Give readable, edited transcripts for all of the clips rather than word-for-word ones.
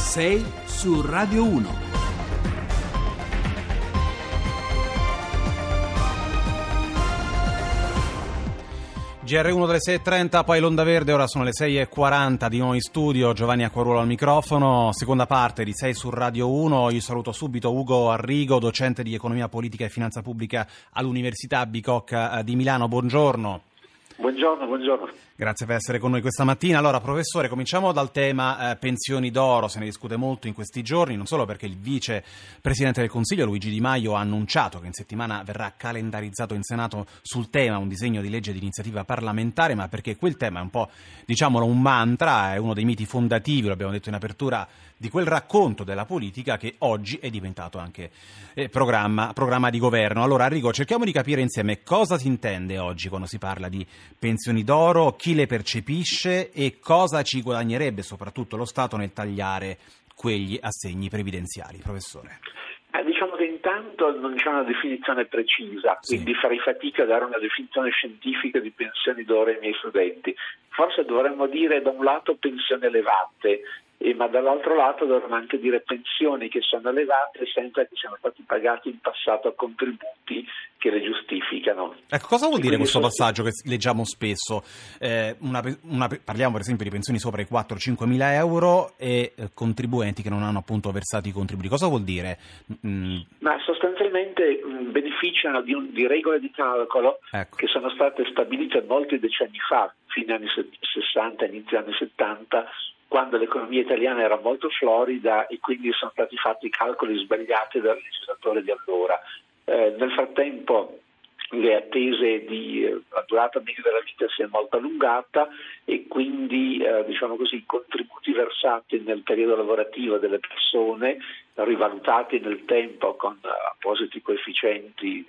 6 su Radio 1. GR1 delle 6.30, poi l'Onda Verde, ora sono le 6.40 di nuovo in studio, Giovanni Acquaruolo al microfono, seconda parte di 6 su Radio 1, io saluto subito Ugo Arrigo, docente di Economia Politica e Finanza Pubblica all'Università Bicocca di Milano, buongiorno. Buongiorno. Grazie per essere con noi questa mattina. Allora, professore, cominciamo dal tema pensioni d'oro. Se ne discute molto in questi giorni, non solo perché il vice presidente del Consiglio, Luigi Di Maio, ha annunciato che in settimana verrà calendarizzato in Senato sul tema un disegno di legge di iniziativa parlamentare, ma perché quel tema è un po', diciamolo, un mantra, è uno dei miti fondativi, lo abbiamo detto in apertura, di quel racconto della politica che oggi è diventato anche programma di governo. Allora, Arrigo, cerchiamo di capire insieme cosa si intende oggi quando si parla di pensioni d'oro, chi le percepisce e cosa ci guadagnerebbe soprattutto lo Stato nel tagliare quegli assegni previdenziali. Professore. Diciamo che intanto non c'è una definizione precisa, quindi farei fatica a dare una definizione scientifica di pensioni d'oro ai miei studenti. Forse dovremmo dire da un lato pensioni elevate, ma dall'altro lato dovremmo anche dire pensioni che sono elevate senza che siano stati pagati in passato contributi che le giustificano. Ecco, cosa vuol dire questo passaggio che leggiamo spesso? Parliamo per esempio di pensioni sopra i 4-5 mila euro e contribuenti che non hanno appunto versato i contributi. Cosa vuol dire? Ma sostanzialmente beneficiano di regole di calcolo che sono state stabilite molti decenni fa, fine anni 60, inizio anni 70, quando l'economia italiana era molto florida e quindi sono stati fatti calcoli sbagliati dal legislatore di allora. Nel frattempo le attese la durata media della vita si è molto allungata e quindi i contributi versati nel periodo lavorativo delle persone, rivalutati nel tempo con appositi coefficienti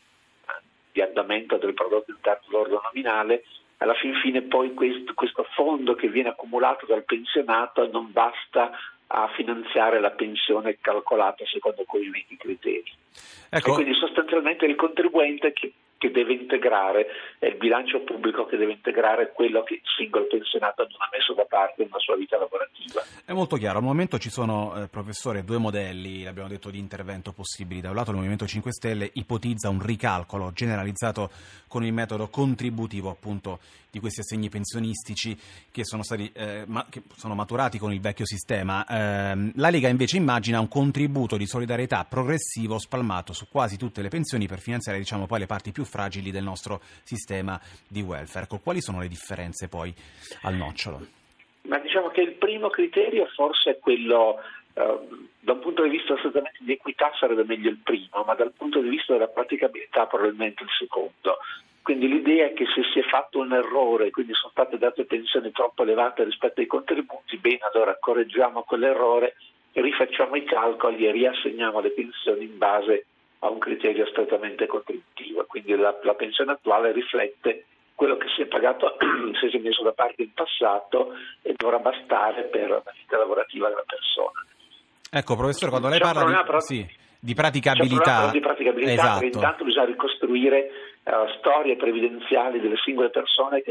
di andamento del prodotto interno lordo nominale, alla fine poi questo fondo che viene accumulato dal pensionato non basta a finanziare la pensione calcolata secondo quei criteri. Ecco. E quindi sostanzialmente è il contribuente che deve integrare, è il bilancio pubblico che deve integrare quello che il singolo pensionato non ha messo da parte nella sua vita lavorativa. È molto chiaro, al momento ci sono, professore, due modelli, abbiamo detto, di intervento possibili. Da un lato il Movimento 5 Stelle ipotizza un ricalcolo generalizzato con il metodo contributivo appunto di questi assegni pensionistici che sono stati che sono maturati con il vecchio sistema. La Lega invece immagina un contributo di solidarietà progressivo spalmato su quasi tutte le pensioni per finanziare poi le parti più fragili del nostro sistema di welfare. Quali sono le differenze poi al nocciolo? Ma diciamo che il primo criterio forse è quello, da un punto di vista assolutamente di equità sarebbe meglio il primo, ma dal punto di vista della praticabilità probabilmente il secondo. Quindi l'idea è che se si è fatto un errore, quindi sono state date pensioni troppo elevate rispetto ai contributi, bene, allora correggiamo quell'errore, rifacciamo i calcoli e riassegniamo le pensioni in base a un criterio strettamente contributivo. Quindi la pensione attuale riflette quello che si è pagato, se si è messo da parte in passato e dovrà bastare per la vita lavorativa della persona. Ecco, professore, quando lei parla di praticabilità, esatto. Intanto bisogna ricostruire storie previdenziali delle singole persone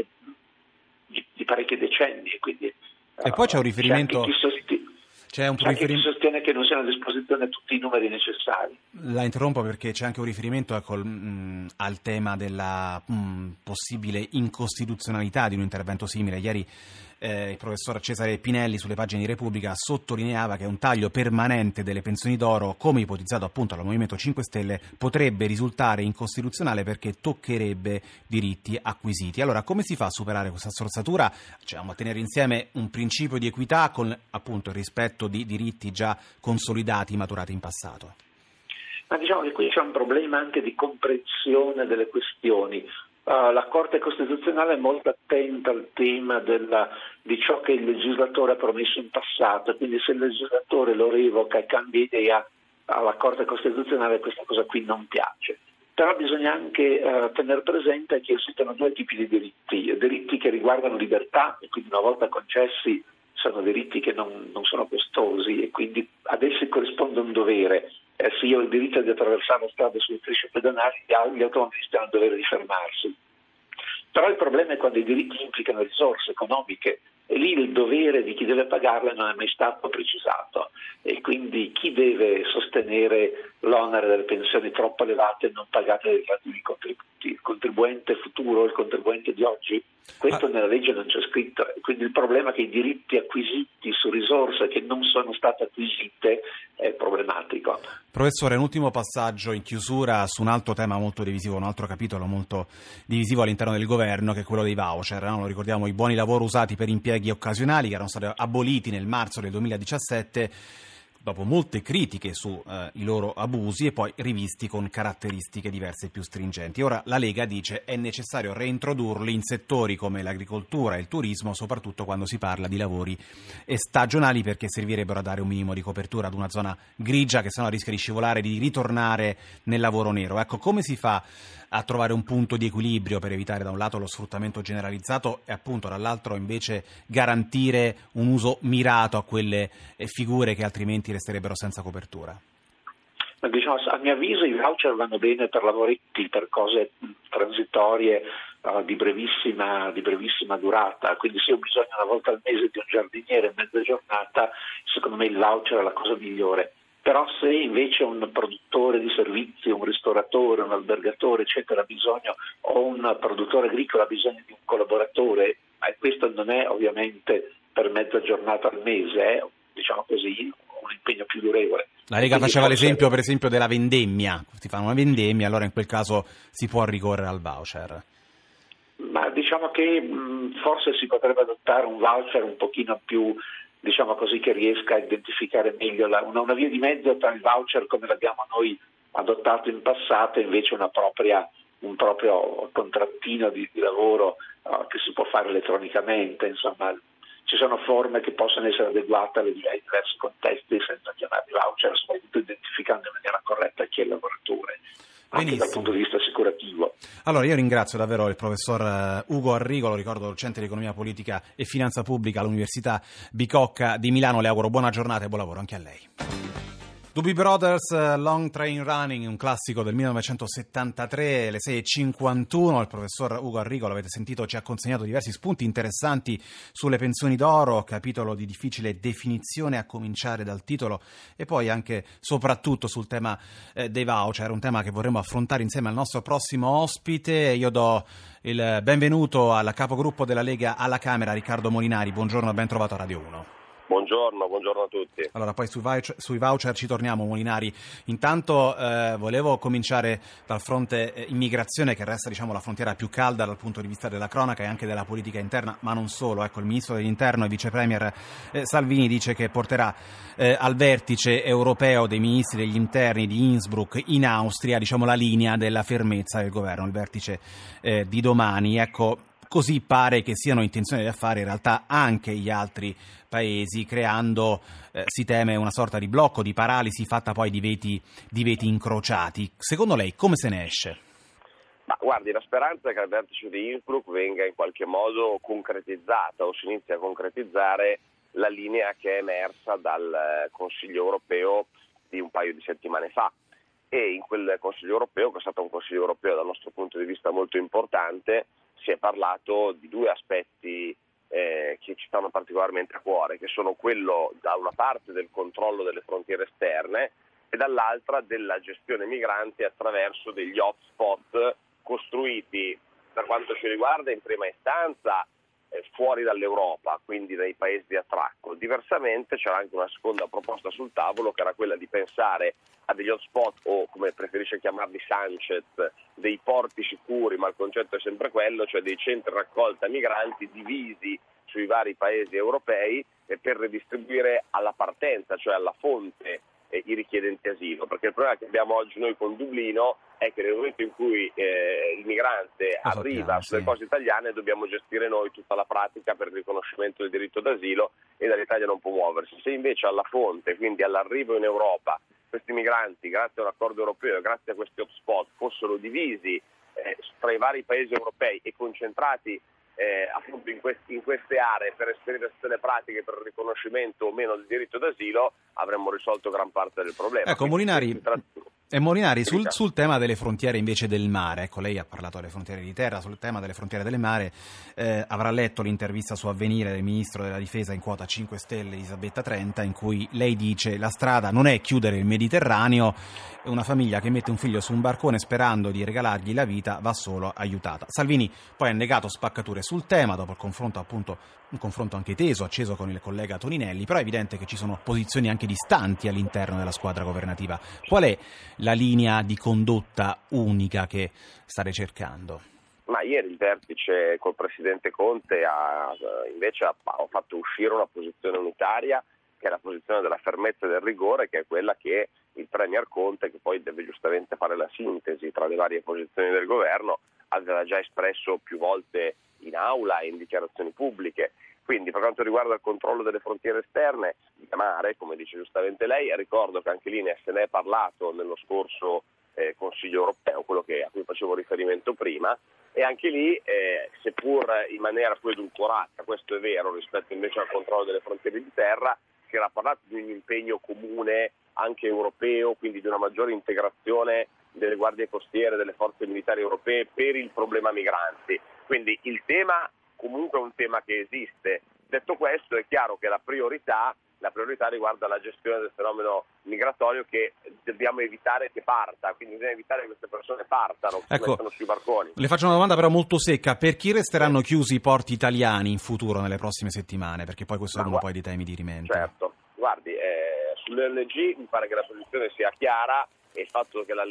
di parecchi decenni. E poi c'è un riferimento... C'è chi sostiene che non siano a disposizione tutti i numeri necessari. La interrompo perché c'è anche un riferimento al tema della possibile incostituzionalità di un intervento simile. Ieri il professor Cesare Pinelli sulle pagine di Repubblica sottolineava che un taglio permanente delle pensioni d'oro, come ipotizzato appunto dal Movimento 5 Stelle, potrebbe risultare incostituzionale perché toccherebbe diritti acquisiti. Allora, come si fa a superare questa strozzatura? A tenere insieme un principio di equità con appunto il rispetto di diritti già consolidati, maturati in passato? Ma diciamo che qui c'è un problema anche di comprensione delle questioni. La Corte Costituzionale è molto attenta al tema di ciò che il legislatore ha promesso in passato, quindi se il legislatore lo revoca e cambia idea alla Corte Costituzionale questa cosa qui non piace. Però bisogna anche tenere presente che esistono due tipi di diritti che riguardano libertà e quindi una volta concessi sono diritti che non sono costosi e quindi ad essi corrisponde un dovere. Se io ho il diritto di attraversare la strada sulle strisce pedonali, gli automobilisti hanno il dovere di fermarsi. Però il problema è quando i diritti implicano risorse economiche e lì il dovere di chi deve pagarle non è mai stato precisato, e quindi chi deve sostenere l'onere delle pensioni troppo elevate e non pagate dai relativi contributi? Il contribuente futuro, il contribuente di oggi? Questo nella legge non c'è scritto, quindi il problema è che i diritti acquisiti su risorse che non sono state acquisite è problematico. Professore, un ultimo passaggio in chiusura su un altro tema molto divisivo, un altro capitolo molto divisivo all'interno del governo, che è quello dei voucher, no? Lo ricordiamo, i buoni lavoro usati per impieghi occasionali che erano stati aboliti nel marzo del 2017 dopo molte critiche su i loro abusi e poi rivisti con caratteristiche diverse e più stringenti. Ora la Lega dice è necessario reintrodurli in settori come l'agricoltura e il turismo, soprattutto quando si parla di lavori stagionali, perché servirebbero a dare un minimo di copertura ad una zona grigia che sennò rischia di scivolare, di ritornare nel lavoro nero. Ecco, come si fa a trovare un punto di equilibrio per evitare da un lato lo sfruttamento generalizzato e appunto dall'altro invece garantire un uso mirato a quelle figure che altrimenti resterebbero senza copertura? Diciamo, a mio avviso i voucher vanno bene per lavoretti, per cose transitorie di brevissima durata, quindi se ho bisogno una volta al mese di un giardiniere mezza giornata, secondo me il voucher è la cosa migliore. Però se invece un produttore di servizi, un ristoratore, un albergatore, eccetera, ha bisogno, o un produttore agricolo ha bisogno di un collaboratore, ma questo non è ovviamente per mezza giornata al mese, è, diciamo così, un impegno più durevole. La Lega faceva l'esempio, per esempio, della vendemmia. Si fa una vendemmia, allora in quel caso si può ricorrere al voucher. Ma diciamo che forse si potrebbe adottare un voucher un pochino più, diciamo così, che riesca a identificare meglio una via di mezzo tra il voucher come l'abbiamo noi adottato in passato e invece un proprio contrattino di lavoro che si può fare elettronicamente. Insomma, ci sono forme che possono essere adeguate ai diversi contesti senza chiamarli voucher, soprattutto identificando in maniera corretta chi è il lavoratore. Anche dal punto di vista assicurativo. Allora io ringrazio davvero il professor Ugo Arrigolo, ricordo docente di economia politica e finanza pubblica all'Università Bicocca di Milano. Le auguro buona giornata e buon lavoro anche a lei. Doobie Brothers, Long Train Running, un classico del 1973, le 6:51. Il professor Ugo Arrigolo, avete sentito, ci ha consegnato diversi spunti interessanti sulle pensioni d'oro, capitolo di difficile definizione a cominciare dal titolo, e poi anche soprattutto sul tema dei voucher, un tema che vorremmo affrontare insieme al nostro prossimo ospite. Io do il benvenuto al capogruppo della Lega alla Camera, Riccardo Molinari. Buongiorno, ben trovato a Radio 1. Buongiorno a tutti. Allora, poi sui voucher ci torniamo, Molinari. Intanto volevo cominciare dal fronte immigrazione, che resta, diciamo, la frontiera più calda dal punto di vista della cronaca e anche della politica interna, ma non solo. Ecco, il ministro dell'Interno e vice premier Salvini dice che porterà al vertice europeo dei ministri degli interni di Innsbruck in Austria, diciamo, la linea della fermezza del governo, il vertice di domani. Ecco, così pare che siano intenzioni di affare in realtà anche gli altri paesi, creando, si teme, una sorta di blocco, di paralisi fatta poi di veti incrociati. Secondo lei come se ne esce? Ma guardi, la speranza è che il vertice di Innsbruck venga in qualche modo concretizzata o si inizi a concretizzare la linea che è emersa dal Consiglio europeo di un paio di settimane fa. E in quel Consiglio europeo, che è stato un Consiglio europeo dal nostro punto di vista molto importante, si è parlato di due aspetti che ci stanno particolarmente a cuore, che sono quello da una parte del controllo delle frontiere esterne e dall'altra della gestione migranti attraverso degli hotspot costruiti, per quanto ci riguarda, in prima istanza fuori dall'Europa, quindi dai paesi di attracco. Diversamente c'era anche una seconda proposta sul tavolo, che era quella di pensare a degli hotspot, o come preferisce chiamarli Sanchez, dei porti sicuri, ma il concetto è sempre quello, cioè dei centri raccolta migranti divisi sui vari paesi europei e per redistribuire alla partenza, cioè alla fonte, i richiedenti asilo, perché il problema che abbiamo oggi noi con Dublino è che nel momento in cui il migrante arriva sulle coste italiane dobbiamo gestire noi tutta la pratica per il riconoscimento del diritto d'asilo e dall'Italia non può muoversi. Se invece alla fonte, quindi all'arrivo in Europa, questi migranti, grazie a un accordo europeo e grazie a questi hotspot, fossero divisi tra i vari paesi europei e concentrati appunto in queste aree per esperire tutte le pratiche per il riconoscimento o meno del diritto d'asilo, avremmo risolto gran parte del problema. Ecco, Molinari, E Molinari, sul tema delle frontiere invece del mare, ecco, lei ha parlato delle frontiere di terra, sul tema delle frontiere del mare avrà letto l'intervista su Avvenire del ministro della difesa in quota 5 Stelle Elisabetta Trenta, in cui lei dice: la strada non è chiudere il Mediterraneo, una famiglia che mette un figlio su un barcone sperando di regalargli la vita va solo aiutata. Salvini poi ha negato spaccature sul tema dopo il confronto, appunto un confronto anche teso, acceso con il collega Toninelli, però è evidente che ci sono posizioni anche distanti all'interno della squadra governativa. Qual è la linea di condotta unica che state cercando? Ma ieri il vertice col Presidente Conte ha fatto uscire una posizione unitaria, che è la posizione della fermezza e del rigore, che è quella che il Premier Conte, che poi deve giustamente fare la sintesi tra le varie posizioni del governo, aveva già espresso più volte in aula e in dichiarazioni pubbliche. Quindi per quanto riguarda il controllo delle frontiere esterne di mare, come dice giustamente lei, ricordo che anche lì se ne è parlato nello scorso Consiglio europeo, quello a cui facevo riferimento prima, e anche lì, seppur in maniera più edulcorata, questo è vero, rispetto invece al controllo delle frontiere di terra, si era parlato di un impegno comune anche europeo, quindi di una maggiore integrazione delle guardie costiere, delle forze militari europee per il problema migranti. Quindi il tema comunque è un tema che esiste. Detto questo, è chiaro che la priorità riguarda la gestione del fenomeno migratorio, che dobbiamo evitare che parta, quindi bisogna evitare che queste persone partano, che si mettano sui barconi. Le faccio una domanda però molto secca: per chi resteranno chiusi i porti italiani in futuro, nelle prossime settimane? Perché poi questo è uno poi dei temi di rimente. Certo, guardi, sulle ONG mi pare che la posizione sia chiara, e il fatto che la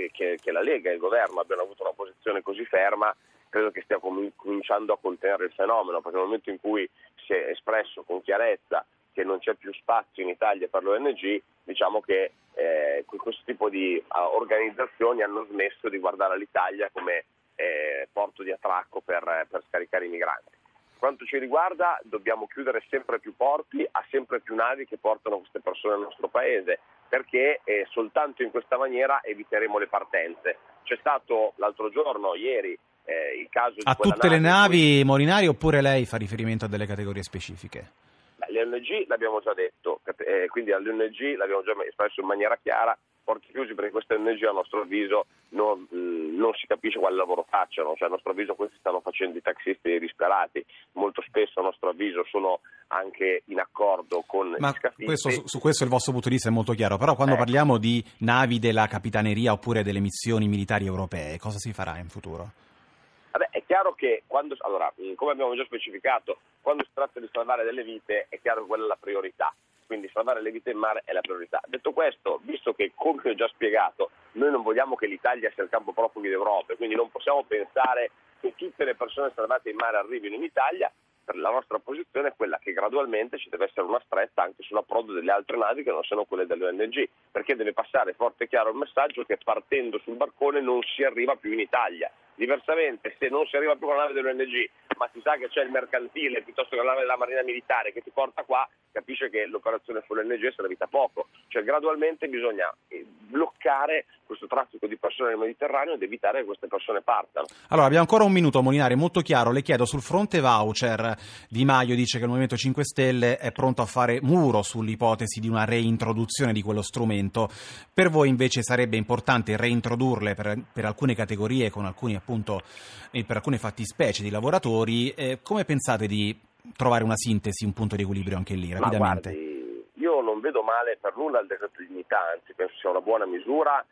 Lega e il governo abbiano avuto una posizione così ferma credo che stia cominciando a contenere il fenomeno, perché nel momento in cui si è espresso con chiarezza che non c'è più spazio in Italia per l'ONG, diciamo che questo tipo di organizzazioni hanno smesso di guardare l'Italia come porto di attracco per scaricare i migranti. Quanto ci riguarda, dobbiamo chiudere sempre più porti a sempre più navi che portano queste persone al nostro paese, perché soltanto in questa maniera eviteremo le partenze. C'è stato l'altro giorno, ieri, il caso di a tutte le navi, Molinari, oppure lei fa riferimento a delle categorie specifiche? Le ONG l'abbiamo già detto, quindi alle ONG l'abbiamo già espresso in maniera chiara, porti chiusi, perché queste ONG a nostro avviso non si capisce quale lavoro facciano, cioè a nostro avviso questi stanno facendo i taxisti disperati, molto spesso a nostro avviso sono anche in accordo con gli scafisti. Su questo il vostro punto di vista è molto chiaro, però quando parliamo di navi della Capitaneria oppure delle missioni militari europee, cosa si farà in futuro? Vabbè, è chiaro che come abbiamo già specificato, quando si tratta di salvare delle vite è chiaro che quella è la priorità, quindi salvare le vite in mare è la priorità. Detto questo, visto che, come ho già spiegato, noi non vogliamo che l'Italia sia il campo profughi d'Europa, quindi non possiamo pensare che tutte le persone salvate in mare arrivino in Italia, la nostra posizione è quella che gradualmente ci deve essere una stretta anche sull'approdo delle altre navi che non sono quelle delle ONG, perché deve passare forte e chiaro il messaggio che partendo sul barcone non si arriva più in Italia. Diversamente, se non si arriva più con la nave dell'ONG, ma si sa che c'è il mercantile piuttosto che la nave della Marina Militare che ti porta qua, capisce che l'operazione sull'ONG servita poco. Cioè gradualmente bisogna bloccare questo traffico di persone nel Mediterraneo ed evitare che queste persone partano. Allora, abbiamo ancora un minuto, Molinari, molto chiaro. Le chiedo, sul fronte voucher, Di Maio dice che il Movimento 5 Stelle è pronto a fare muro sull'ipotesi di una reintroduzione di quello strumento. Per voi invece sarebbe importante reintrodurle per alcune categorie, con alcuni appunto per alcune fattispecie di lavoratori. Come pensate di trovare una sintesi, un punto di equilibrio anche lì, rapidamente? Ma guardi, io non vedo male per nulla il decreto di dignità, anzi penso sia una buona misura,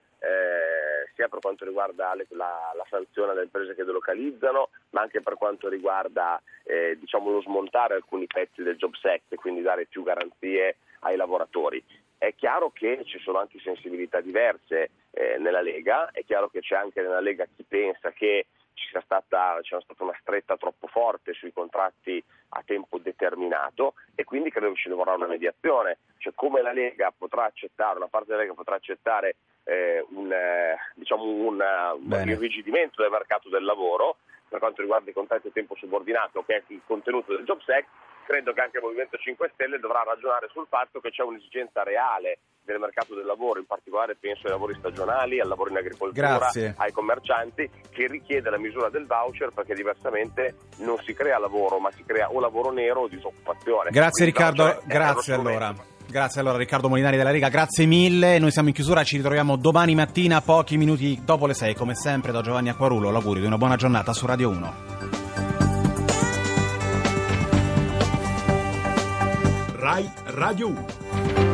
sia per quanto riguarda la sanzione alle imprese che delocalizzano, ma anche per quanto riguarda lo smontare alcuni pezzi del Jobs Act e quindi dare più garanzie ai lavoratori. È chiaro che ci sono anche sensibilità diverse nella Lega, è chiaro che c'è anche nella Lega chi pensa che c'è stata una stretta troppo forte sui contratti a tempo determinato, e quindi credo che ci dovrà una mediazione, cioè come la Lega potrà accettare, una parte della Lega potrà accettare un irrigidimento del mercato del lavoro per quanto riguarda i contratti a tempo subordinato, che è il contenuto del Jobs Act. Credo che anche il Movimento 5 Stelle dovrà ragionare sul fatto che c'è un'esigenza reale del mercato del lavoro, in particolare penso ai lavori stagionali, al lavoro in agricoltura, ai commercianti, che richiede la misura del voucher, perché diversamente non si crea lavoro, ma si crea o lavoro nero o disoccupazione. Grazie Riccardo, grazie allora. Grazie allora Riccardo Molinari della Lega, grazie mille. Noi siamo in chiusura, ci ritroviamo domani mattina pochi minuti dopo le 6 come sempre da Giovanni Acquarulo. L'augurio di una buona giornata su Radio 1. Rai Radio 1.